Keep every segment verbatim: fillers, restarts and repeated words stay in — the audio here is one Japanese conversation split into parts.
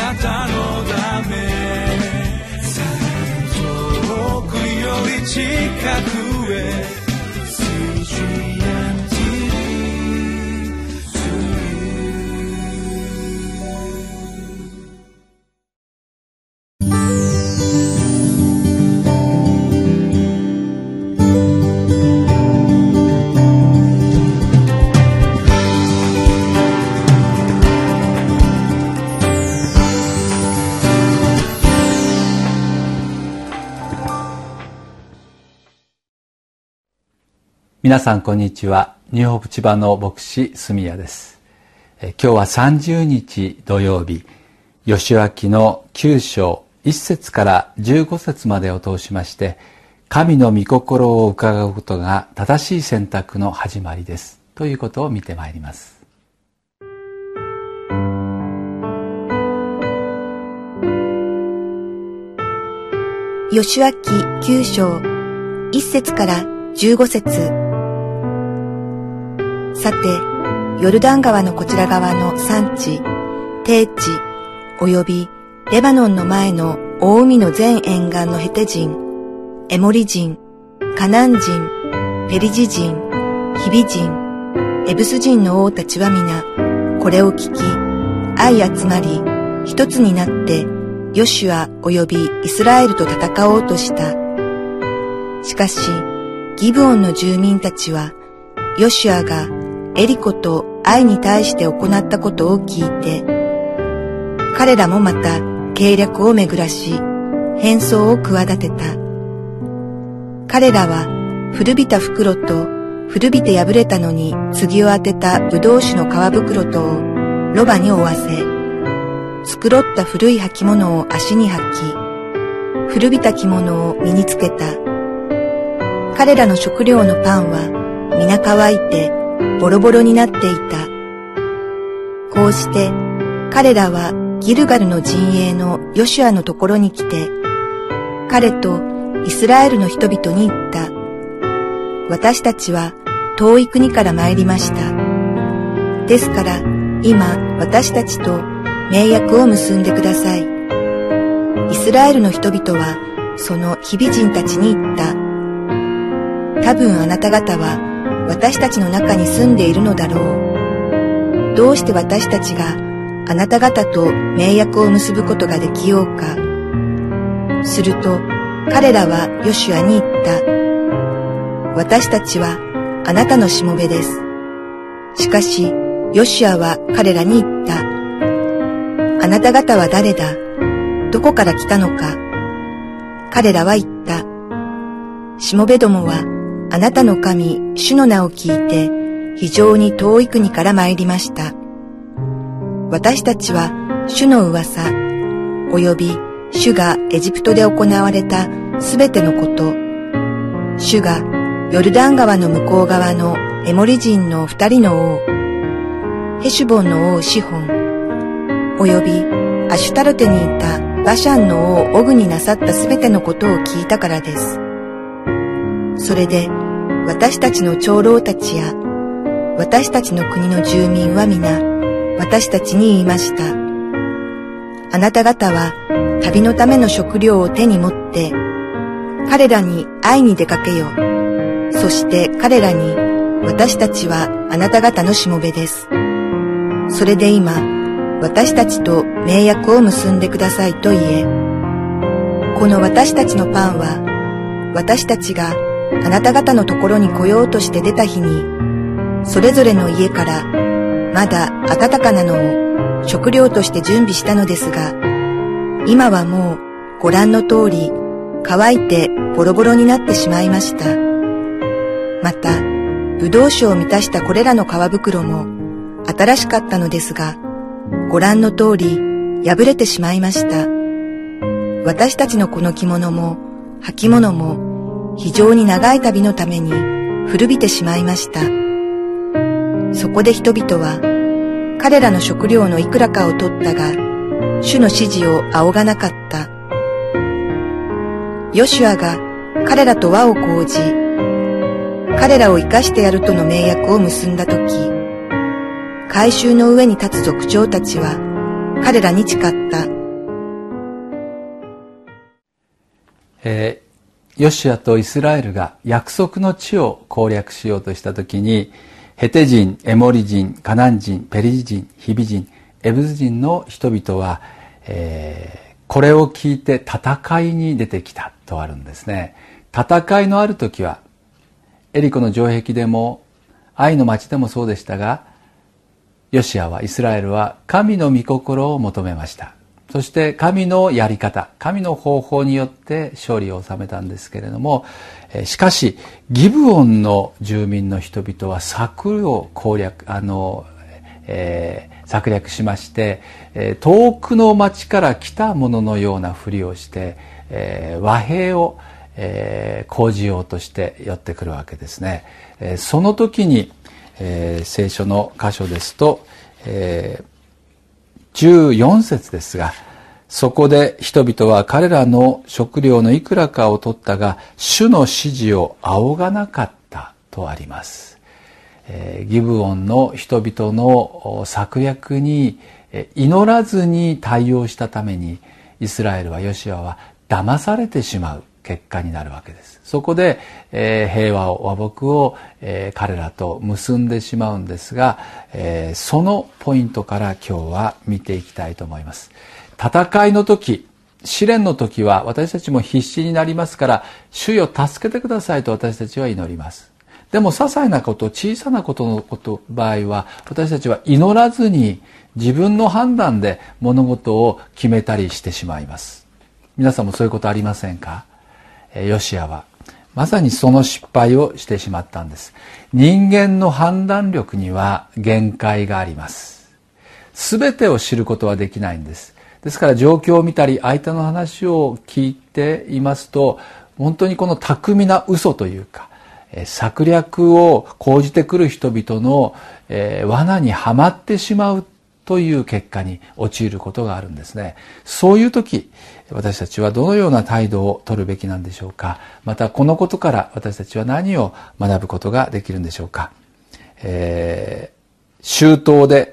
なたのため遠くより近くへ皆さんこんにちは。ニューホープ千葉の牧師住谷です。え今日はさんじゅうにち土曜日、義明のきゅう章いっ節からじゅうご節までを通しまして、神の御心を伺うことが正しい選択の始まりですということを見てまいります。 義明きゅう章いっ節からじゅうご節。さて、ヨルダン川のこちら側の山地、低地、およびレバノンの前の大海の全沿岸のヘテ人、エモリ人、カナン人、ペリジ人、ヒビ人、エブス人の王たちは皆、これを聞き、相集まり、一つになって、ヨシュアおよびイスラエルと戦おうとした。しかし、ギブオンの住民たちは、ヨシュアがエリコとアイに対して行ったことを聞いて、彼らもまた計略を巡らし、変装を企てた。彼らは古びた袋と古びて破れたのに継を当てたブドウ酒の皮袋とをロバに負わせ、繕った古い履物を足に履き、古びた着物を身につけた。彼らの食料のパンは皆乾いてボロボロになっていた。こうして彼らはギルガルの陣営のヨシュアのところに来て、彼とイスラエルの人々に言った。私たちは遠い国から参りました。ですから今私たちと盟約を結んでください。イスラエルの人々はそのヒビ人たちに言った。多分あなた方は私たちの中に住んでいるのだろう。どうして私たちがあなた方と盟約を結ぶことができようか。すると彼らはヨシュアに言った。私たちはあなたのしもべです。しかしヨシュアは彼らに言った。あなた方は誰だ？どこから来たのか。彼らは言った。しもべどもはあなたの神、主の名を聞いて、非常に遠い国から参りました。私たちは、主の噂、および主がエジプトで行われたすべてのこと、主がヨルダン川の向こう側のエモリ人の二人の王、ヘシュボンの王シホン、およびアシュタロテにいたバシャンの王オグになさったすべてのことを聞いたからです。それで私たちの長老たちや私たちの国の住民は皆私たちに言いました。あなた方は旅のための食料を手に持って彼らに会いに出かけよ。そして彼らに私たちはあなた方のしもべです。それで今私たちと盟約を結んでくださいと言え。この私たちのパンは私たちがあなた方のところに来ようとして出た日に、それぞれの家からまだ温かなのを食料として準備したのですが、今はもうご覧の通り乾いてボロボロになってしまいました。また、ブドウ酒を満たしたこれらの皮袋も新しかったのですが、ご覧の通り破れてしまいました。私たちのこの着物も履物も非常に長い旅のために古びてしまいました。そこで人々は彼らの食料のいくらかを取ったが、主の指示を仰がなかった。ヨシュアが彼らと和を講じ、彼らを生かしてやるとの盟約を結んだとき、改宗の上に立つ族長たちは彼らに誓った。 えー、ヨシュアとイスラエルが約束の地を攻略しようとしたときに、ヘテ人、エモリ人、カナン人、ペリジ人、ヒビ人、エブズ人の人々は、えー、これを聞いて戦いに出てきたとあるんですね。戦いのある時は、エリコの城壁でも、愛の町でもそうでしたが、ヨシアは、イスラエルは神の御心を求めました。そして神のやり方、神の方法によって勝利を収めたんですけれども、しかしギブオンの住民の人々は策を攻略、あの、えー、策略しまして、遠くの町から来たもののようなふりをして、えー、和平を、えー、講じようとして寄ってくるわけですね。えー、その時に、えー、聖書の箇所ですと、えーじゅうよん節ですが、そこで人々は彼らの食料のいくらかを取ったが、主の指示を仰がなかったとあります。えー、ギブオンの人々の策略に祈らずに対応したために、イスラエルはヨシアは騙されてしまう結果になるわけです。そこで、えー、平和を和睦を、えー、彼らと結んでしまうんですが、えー、そのポイントから今日は見ていきたいと思います。戦いの時、試練の時は私たちも必死になりますから、主よ助けてくださいと私たちは祈ります。でも些細なこと、小さなことのこと場合は、私たちは祈らずに自分の判断で物事を決めたりしてしまいます。皆さんもそういうことありませんか？ヨシアはまさにその失敗をしてしまったんです。人間の判断力には限界があります。すべてを知ることはできないんです。ですから状況を見たり相手の話を聞いていますと、本当にこの巧みな嘘というか策略を講じてくる人々の罠にはまってしまうという結果に陥ることがあるんですね。そういう時、私たちはどのような態度を取るべきなんでしょうか。またこのことから私たちは何を学ぶことができるんでしょうか。えー、周到で、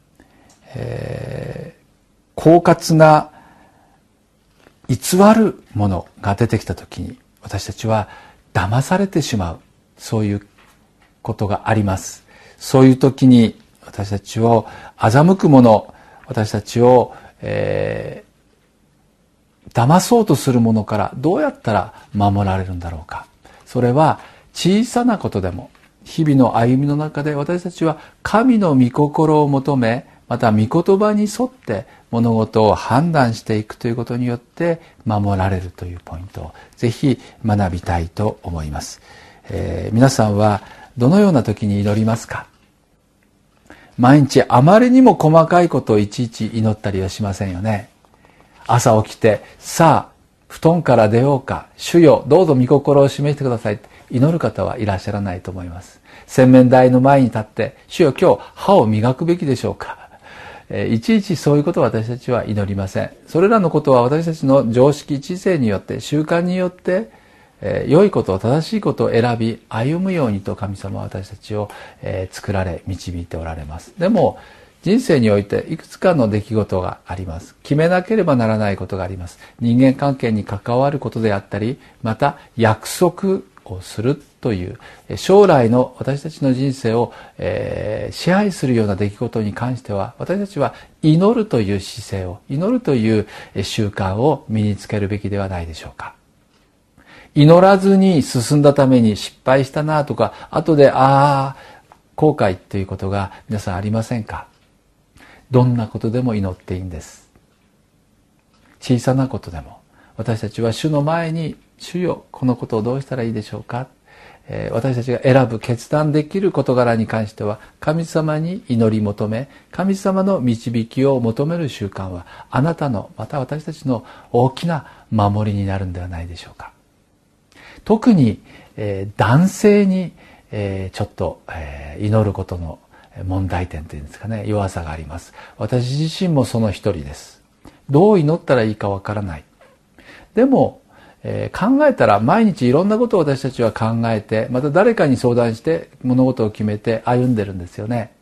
えー、狡猾な偽るものが出てきた時に、私たちは騙されてしまう、そういうことがあります。そういう時に私たちを欺くもの、私たちを、えー、騙そうとするものからどうやったら守られるんだろうか。それは小さなことでも、日々の歩みの中で私たちは神の御心を求め、また御言葉に沿って物事を判断していくということによって守られるというポイントをぜひ学びたいと思います。えー、皆さんはどのような時に祈りますか？毎日あまりにも細かいことをいちいち祈ったりはしませんよね。朝起きて、さあ、布団から出ようか、主よ、どうぞ御心を示してくださいって祈る方はいらっしゃらないと思います。洗面台の前に立って、主よ、今日歯を磨くべきでしょうか。えー、いちいちそういうことを私たちは祈りません。それらのことは私たちの常識、知性によって、習慣によって、えー、良いことを正しいことを選び歩むようにと神様は私たちを、えー、作られ導いておられます。でも人生においていくつかの出来事があります。決めなければならないことがあります。人間関係に関わることであったり、また約束をするという将来の私たちの人生を、えー、支配するような出来事に関しては、私たちは祈るという姿勢を、祈るという習慣を身につけるべきではないでしょうか。祈らずに進んだために失敗したなとか、後でああ後悔ということが皆さんありませんか？どんなことでも祈っていいんです。小さなことでも私たちは主の前に、主よ、このことをどうしたらいいでしょうか、えー、私たちが選ぶ決断できる事柄に関しては神様に祈り求め、神様の導きを求める習慣はあなたの、また私たちの大きな守りになるんではないでしょうか。特に、えー、男性に、えー、ちょっと、えー、祈ることの問題点というんですかね、弱さがあります。私自身もその一人です。どう祈ったらいいかわからない。でも、えー、考えたら毎日いろんなことを私たちは考えて、また誰かに相談して物事を決めて歩んでるんですよね。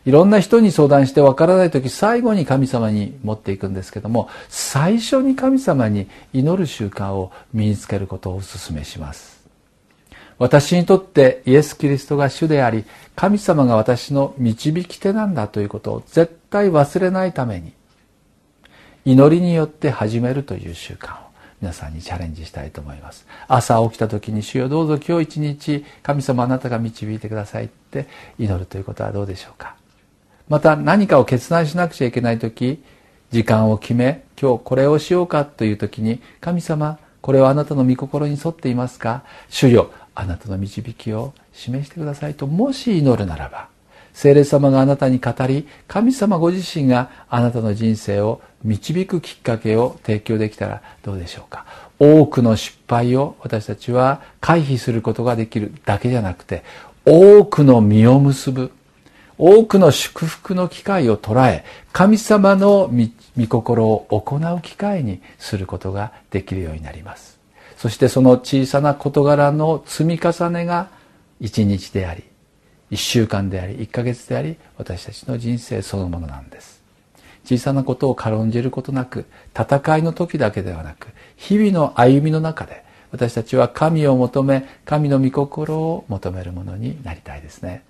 いろんな人に相談してわからないとき、最後に神様に持っていくんですけども、最初に神様に祈る習慣を身につけることをお勧めします。私にとってイエス・キリストが主であり、神様が私の導き手なんだということを絶対忘れないために、祈りによって始めるという習慣を皆さんにチャレンジしたいと思います。朝起きた時に、主よどうぞ今日一日神様あなたが導いてくださいって祈るということはどうでしょうか。また何かを決断しなくちゃいけない時、時間を決め、今日これをしようかという時に、神様これはあなたの御心に沿っていますか、主よあなたの導きを示してくださいともし祈るならば、聖霊様があなたに語り、神様ご自身があなたの人生を導くきっかけを提供できたらどうでしょうか。多くの失敗を私たちは回避することができるだけじゃなくて、多くの実を結ぶ、多くの祝福の機会を捉え、神様の御心を行う機会にすることができるようになります。そしてその小さな事柄の積み重ねが一日であり、一週間であり、一ヶ月であり、私たちの人生そのものなんです。小さなことを軽んじることなく、戦いの時だけではなく、日々の歩みの中で私たちは神を求め、神の御心を求めるものになりたいですね。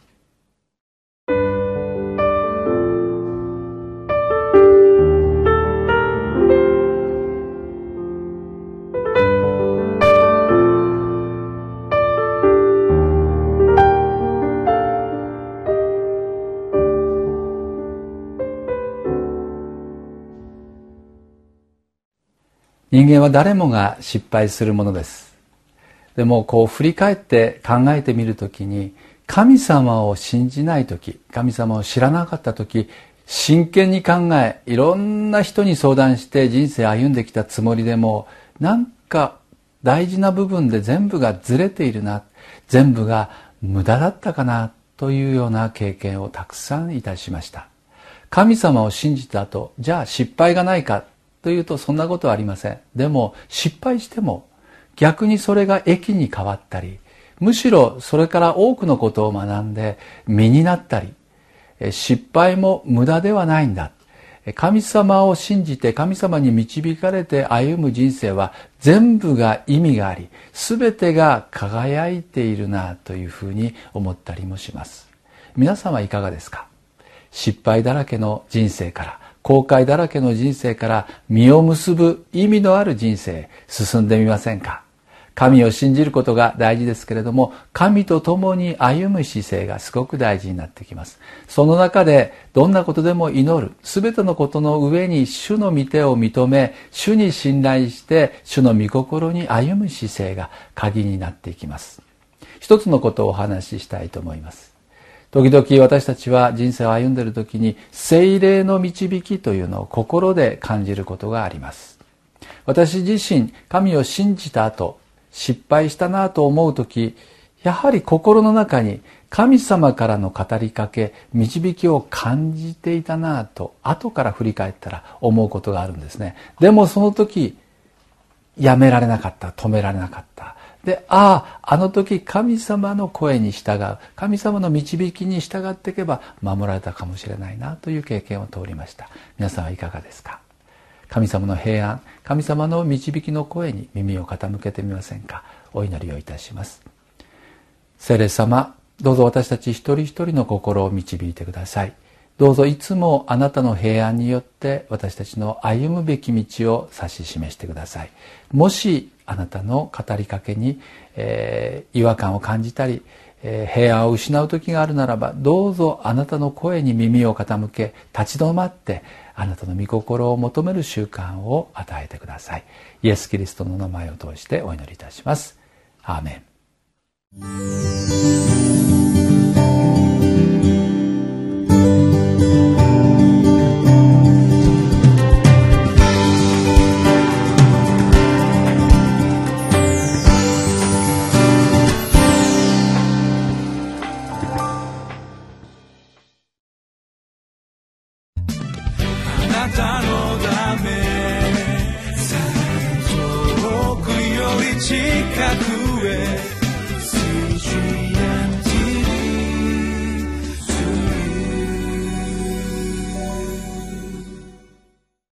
人間は誰もが失敗するものです。でもこう振り返って考えてみるときに、神様を信じないとき、神様を知らなかったとき、真剣に考え、いろんな人に相談して人生歩んできたつもりでも、なんか大事な部分で全部がずれているな、全部が無駄だったかなというような経験をたくさんいたしました。神様を信じた後、じゃあ失敗がないかというとそんなことはありません。でも失敗しても逆にそれが益に変わったり、むしろそれから多くのことを学んで身になったり、失敗も無駄ではないんだ。神様を信じて神様に導かれて歩む人生は全部が意味があり、全てが輝いているなというふうに思ったりもします。皆さんはいかがですか？失敗だらけの人生から、後悔だらけの人生から実を結ぶ意味のある人生へ進んでみませんか？神を信じることが大事ですけれども、神と共に歩む姿勢がすごく大事になってきます。その中でどんなことでも祈る、すべてのことの上に主の御手を認め、主に信頼して主の御心に歩む姿勢が鍵になっていきます。一つのことをお話ししたいと思います。時々私たちは人生を歩んでいる時に聖霊の導きというのを心で感じることがあります。私自身神を信じた後、失敗したなと思う時、やはり心の中に神様からの語りかけ、導きを感じていたなと後から振り返ったら思うことがあるんですね。でもその時やめられなかった、止められなかった。で、ああ、あの時神様の声に従う、神様の導きに従っていけば守られたかもしれないなという経験を通りました。皆さんはいかがですか？神様の平安、神様の導きの声に耳を傾けてみませんか？お祈りをいたします。聖霊様、どうぞ私たち一人一人の心を導いてください。どうぞいつもあなたの平安によって私たちの歩むべき道を指し示してください。もしあなたの語りかけに、えー、違和感を感じたり、えー、平安を失う時があるならば、どうぞあなたの声に耳を傾け、立ち止まってあなたの御心を求める習慣を与えてください。イエス・キリストの名前を通してお祈りいたします。アーメン。 遠くより近くへ